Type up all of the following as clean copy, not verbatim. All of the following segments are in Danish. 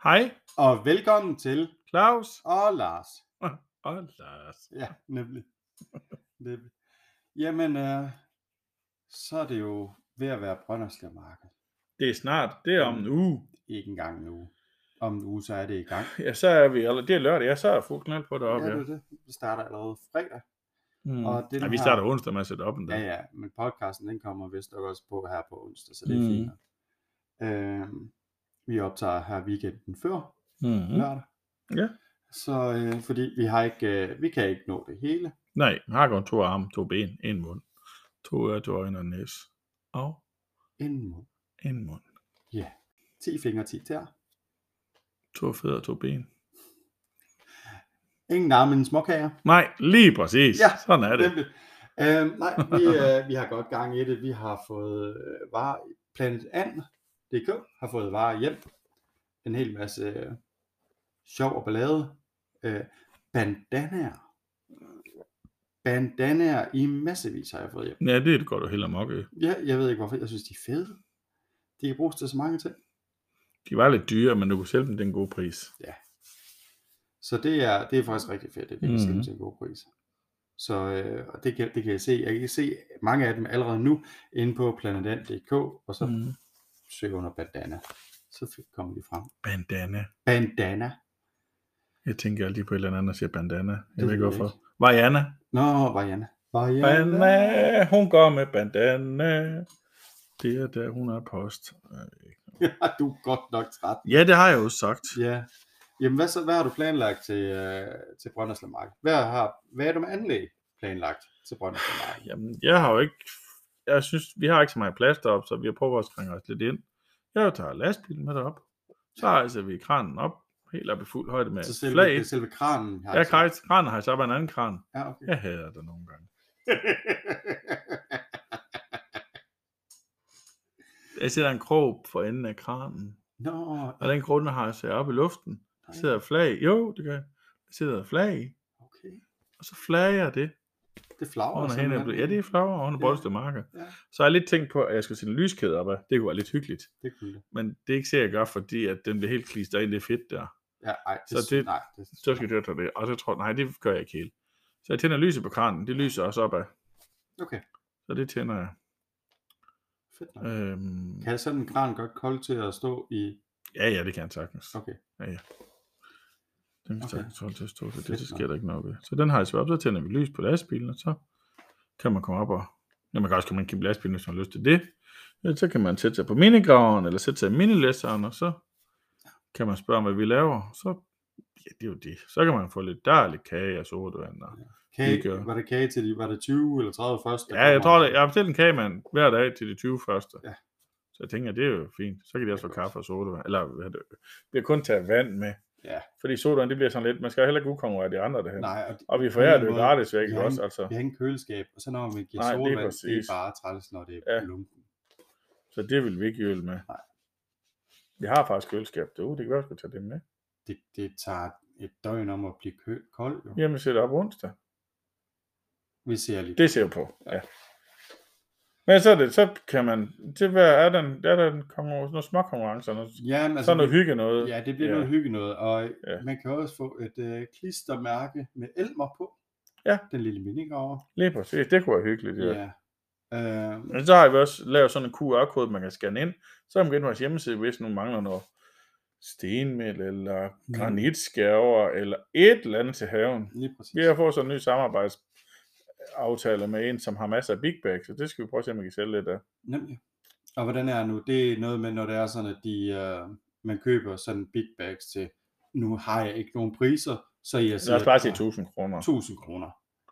Hej, Og velkommen til Claus og Lars. og Lars. Ja, nemlig. Jamen, så er det jo ved at være Brønderslev-marked. Det er snart, det er om en uge. Ikke engang nu. Om en uge, så er det i gang. Ja, så er vi, eller det er lørdag, ja, så er fuld knald på deroppe, Ja, det. Det starter allerede fredag. Og den vi starter onsdag med at sætte op en dag. Ja, men podcasten, den kommer vist også på her på onsdag, så det er fint. Vi optager her weekenden før lørdag. Ja. Så fordi vi kan ikke nå det hele. Nej, jeg har kun 2 arme, 2 ben, 1 mund, 2 ører, 2 øjne og en næse. Og en mund. Ja, 10 fingre, 10 tæer. 2 fødder, 2 ben. Ingen arme, men småkager. Nej, lige præcis. Ja, sådan er det. Vi har godt gang i det. Vi har fået varer. PlanetAn.dk har fået varer hjem. En hel masse sjov og ballade. Bandanaer i massevis har jeg fået hjem. Ja, det er det godt at hælde amok i. Ja, jeg ved ikke hvorfor. Jeg synes, de er fede. De kan bruges til så mange ting. De var lidt dyre, men du kunne sælge dem til en god pris. Ja. Så det er faktisk rigtig fedt, at vi kan sælge dem til en god pris. Så og det kan jeg se. Jeg kan se mange af dem allerede nu inde på PlanetAn.dk, og så søg under bandana. Så kommer de frem. Bandana. Jeg tænker altid på et eller andet, der siger bandana. Jeg ved ikke hvorfor. Vajana. Vajana, hun går med bandana. Det er der, hun er post. Ja, du er godt nok træt. Ja, det har jeg jo sagt. Ja. Jamen, hvad har du planlagt til Brønderslev-marked? Hvad er du med anlæg planlagt til Brønderslev-marked? Jamen, jeg har jo ikke... Jeg synes, vi har ikke så meget plads deroppe, så vi har prøvet at skringe os lidt ind. Jeg tager lastbilen med derop. Så rejser vi kranen op, helt op i fuld højde med så flag. Det er selve kranen? Ja, kranen har jeg så op af en anden kran. Ja, okay. Jeg hader det nogle gange. Jeg sætter en krog for enden af kranen. Og den krog, har jeg sat op i luften. Der sidder flag. Jo, det gør jeg. Der sidder flag i. Okay. Og så flager det. Det flagrer. Ja, det er flagrer under Brønderslev-marked. Ja. Så har jeg lidt tænkt på, at jeg skulle sætte en lyskæde op af. Det kunne være lidt hyggeligt. Det kunne det. Men det er ikke sikkert, jeg gør, fordi at den bliver helt klistret ind i det fedt der. Ja, så skal jeg tage det. Og så tror jeg, nej, det gør jeg ikke helt. Så jeg tænder lyset på kranen. Det lyser også op af. Okay. Så det tænder jeg. Fedt nok. Kan sådan en kran godt kolde til at stå i? Ja, det kan jeg sagtens. Okay. Ja. Den kan sagtens holde til at stå, så det sker der ikke noget ved. Så den har jeg svært op, så tænder vi lys på lastbilen, og så kan man komme op og... Ja, man kan også komme ind i lastbilen, hvis man har lyst til det. Ja, så kan man sætte sig på minigraveren, eller sætte sig i minilæsseren, og så kan man spørge, hvad vi laver. Så, ja, det er jo det. Så kan man få lidt kage og sodavand. Var det kage til var det 20 eller 30 første? Ja, jeg tror det. Jeg har bestilt en kagemand hver dag til de 20 første. Ja. Så jeg tænker, det er jo fint. Så kan de også få kaffe og sodavand. Eller det bliver kun tage vand med. Ja. Fordi sodavand, det bliver sådan lidt, man skal heller ikke udkonkurrere de andre derhen. Nej, og vi forærer det jo gratis væk også. Altså. Vi har ingen køleskab, og så når vi giver sodavand, det er bare træls, når det er lunken. Så det vil vi ikke øle med. Nej. Vi har faktisk køleskab. Det kan være, at vi tage det med. Det tager et døgn om at blive kold. Jo. Jamen, sætter op onsdag. Vi ser lige. Det ser jo på, ja. Men så kan man, er der nogle små konkurrencer, altså, sådan noget hygge noget. Ja, det bliver noget hygge noget, og man kan også få et klistermærke med Elmer på. Ja. Den lille minigraver. Lige præcis, det kunne være hyggeligt, ja. Men så har vi også lavet sådan en QR-kode, man kan scanne ind, så kan man gå ind på vores hjemmeside, hvis nogen mangler noget stenmel, eller granitskærver, eller et eller andet til haven. Lige præcis. Vi har fået sådan en ny samarbejdsaftaler med en, som har masser af big bags, så det skal vi prøve at se, om vi kan sælge lidt af. Nemlig. Og hvordan er nu? Det er noget med, når det er sådan, at man køber sådan big bags til, nu har jeg ikke nogen priser, så jeg siger... Lad os bare sige 1000 kroner. 1000 kroner.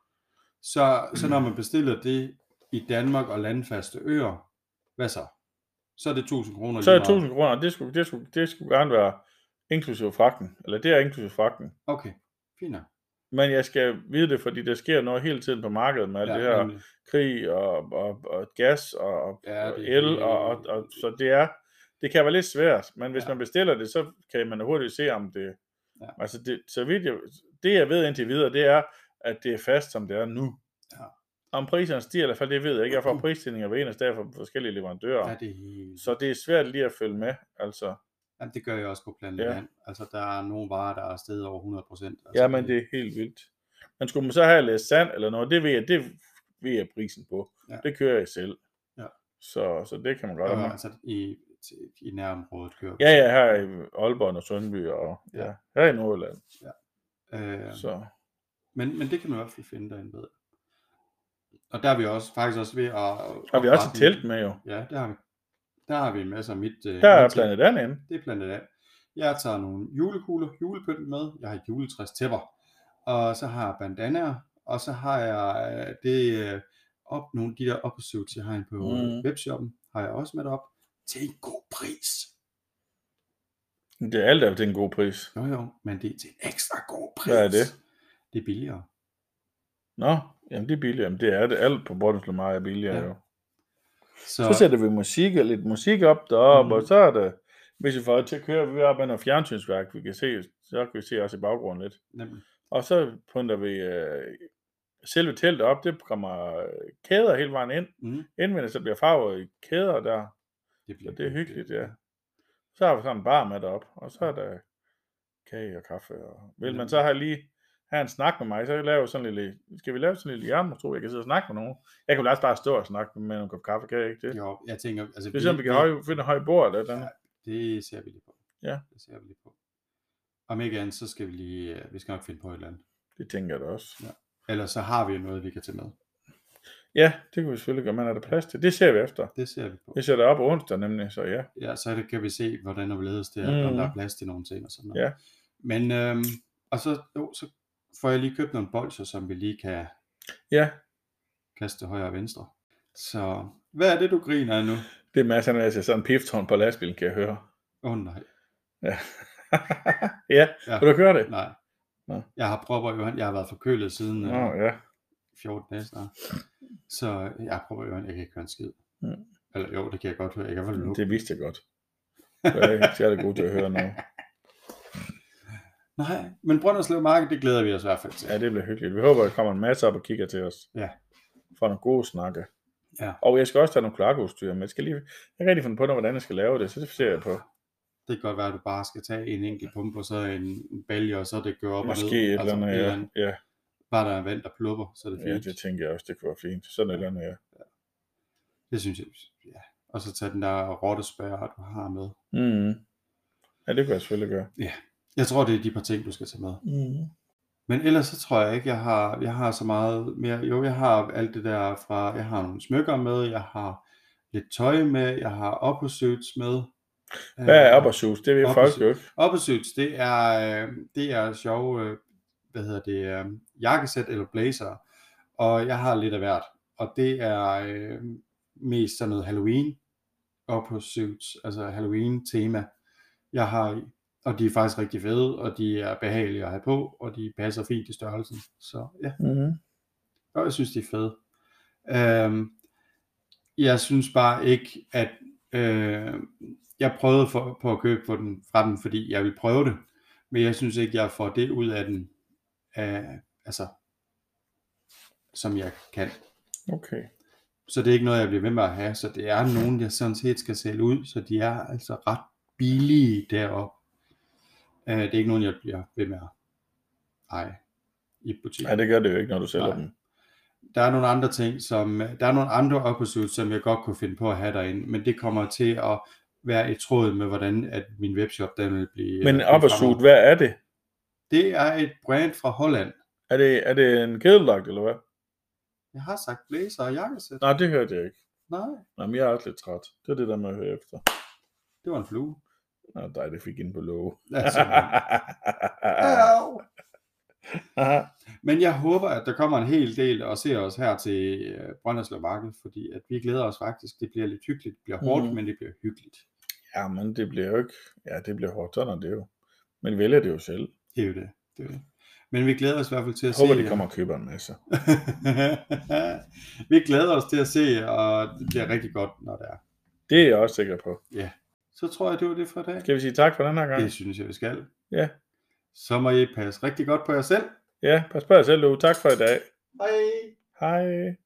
Så når man bestiller det i Danmark og landfaste øer, hvad så? Så er det 1000 kroner. Så er det 1000 kroner, det skulle gerne være inklusive fragten. Eller det er inklusive fragten. Okay, fint. Men jeg skal vide det, fordi der sker noget hele tiden på markedet med alt det her krig og gas og el. Og så det kan være lidt svært. Men hvis man bestiller det, så kan man hurtigt se, om det... Ja. Altså det jeg ved indtil videre, det er, at det er fast, som det er nu. Ja. Om priserne stiger, i hvert fald det ved jeg ikke. Jeg får prisstigninger hver eneste dag fra forskellige leverandører. Ja, så det er svært lige at følge med. Altså. Jamen, det gør jeg også på Planet Land. Altså, der er nogle varer, der er steget over 100%. Altså, ja, men det er helt vildt. Men skulle man så have læst sand eller noget, det ved jeg prisen på. Ja. Det kører jeg selv. Ja. Så det kan man godt have. Altså i nærområdet kører Ja, her i Aalborg og Sundby og her i Nordjylland. Ja. Så. Men det kan man i hvert fald finde derinde bedre. Og der er vi faktisk også ved at... Har vi også et telt med jo? Ja, det har vi. Der har vi en masse af mit... Der er Planet Land inde. Det er Planet Land. Jeg tager nogle julekugler, julepynt med. Jeg har juletræstæpper. Og så har jeg bandanaer. Og så har jeg nogle af de der opsuits, jeg har inde på webshoppen, har jeg også med op til en god pris. Det er alt til en god pris. Jo, men det er til en ekstra god pris. Hvad er det? Det er billigere. Nå, jamen det er billigere. Jamen, det er det. Alt på Brøndslund er billigere jo. Så sætter vi lidt musik op deroppe, og så er det, hvis vi får det til at køre, vi er oppe af noget fjernsynsværk, vi kan se, så kan vi se også i baggrunden lidt. Nemlig. Og så pynter vi selve teltet op, det kommer kæder hele vejen ind. Indvendigt, så bliver farvet i kæder der. Det er hyggeligt, ja. Så har vi sådan en bar med derop, og så er der kage og kaffe. Og vil man så have en snak med mig, så skal vi lave sådan en lille hjernemotor, jeg kan sidde og snakke med nogen. Jeg kan jo bare stå og snakke med nogle kop kaffe, kan jeg ikke det? Jo, jeg tænker, altså... Det er sådan, vi kan finde en høj bord eller noget. Ja, det ser vi lige på. Ja. Det ser vi lige på. Om ikke andet, så skal vi skal nok finde på et eller andet. Det tænker jeg da også. Ja. Ellers så har vi noget, vi kan tage med. Ja, det kan vi selvfølgelig gøre, men er der plads til? Det ser vi efter. Det ser vi på. Det ser der op onsdag nemlig, så ja. Ja, så kan vi se, hvordan der ledes det, om der er plads til nogle ting og sådan noget. Ja. Men, og så får jeg lige købt nogle bolcher, som vi lige kan kaste højre og venstre. Så, hvad er det, du griner af nu? Det er masser af sådan en pifttårn på lastbilen, kan jeg høre. Nej. Ja. Ja, vil du køre det? Nej. Jeg har propper, Johan. Jeg har været forkølet siden 14 dage snart. Så jeg har propper, Johan. Jeg kan ikke høre en skid. Eller jo, det kan jeg godt høre. Jeg kan vel det vidste jeg godt. Jeg er ikke særlig god til at høre noget. Nej, men Brønderslev Marked, det glæder vi os i hvert fald til. Ja, det bliver hyggeligt. Vi håber, der kommer en masse op og kigger til os. Ja. For nogle gode snakke. Ja. Og jeg skal også tage nogle kloakudstyr, men jeg kan rigtig finde på noget, hvordan jeg skal lave det, så det ser jeg på. Det kan godt være, at du bare skal tage en enkelt pumpe, og så en balje, og så det går op måske og ned. Et eller andet, ja. Bare der er vand, der plupper, så er det fint. Ja, det tænker jeg også, det kunne være fint. Sådan et eller andet, ja. Det synes jeg, ja. Og så tage den der rottespærre, du har med. Ja, det kan jeg selvfølgelig gøre. Ja, jeg tror, det er de par ting, du skal tage med. Men ellers så tror jeg ikke, jeg har så meget mere. Jo, jeg har alt det der fra, jeg har nogle smykker med, jeg har lidt tøj med, jeg har oppersuits med. Hvad er oppersuits? Det ved folk jo ikke. Oppersuits, det er sjove, jakkesæt eller blazer, og jeg har lidt af hvert. Og det er mest sådan noget Halloween oppersuits, altså Halloween tema, jeg har i. Og de er faktisk rigtig fede, og de er behagelige at have på, og de passer fint i størrelsen. Så ja, og jeg synes, de er fede. Jeg synes bare ikke, at jeg prøvede på at købe fra den, fordi jeg vil prøve det. Men jeg synes ikke, jeg får det ud af den, altså, som jeg kan. Okay. Så det er ikke noget, jeg bliver ved med at have. Så det er nogen, jeg sådan set skal sælge ud, så de er altså ret billige deroppe. Det er ikke nogen, jeg bliver ved med at eje i butikken. Nej, det gør det jo ikke, når du sælger dem. Der er nogle andre ting, der er nogle andre oppersuits, som jeg godt kunne finde på at have derinde, men det kommer til at være i tråd med, hvordan at min webshop, den vil blive... Men oppersuit, hvad er det? Det er et brand fra Holland. Er det en kædelagt, eller hvad? Jeg har sagt blazer og jakkesæt. Nej, det hørte jeg ikke. Nej, men jeg er også lidt træt. Det er det der med at høre efter. Det var en flue. Nå, dig, det fik ind på låge. Men jeg håber, at der kommer en hel del og ser os her til Brønderslev Marked, fordi at vi glæder os faktisk. Det bliver lidt hyggeligt. Det bliver hårdt, men det bliver hyggeligt. Ja, men det bliver jo ikke... Ja, det bliver hårdt, sådan er det jo. Men vi vælger det jo selv. Det er jo det. Men vi glæder os i hvert fald til at se... Jeg håber, de kommer og køber en masse. Vi glæder os til at se, og det bliver rigtig godt, når det er. Det er jeg også sikker på. Ja. Så tror jeg, det var det for i dag. Skal vi sige tak for den her gang? Det synes jeg, vi skal. Ja. Så må I passe rigtig godt på jer selv. Ja, pas på jer selv, du. Tak for i dag. Hej. Hej.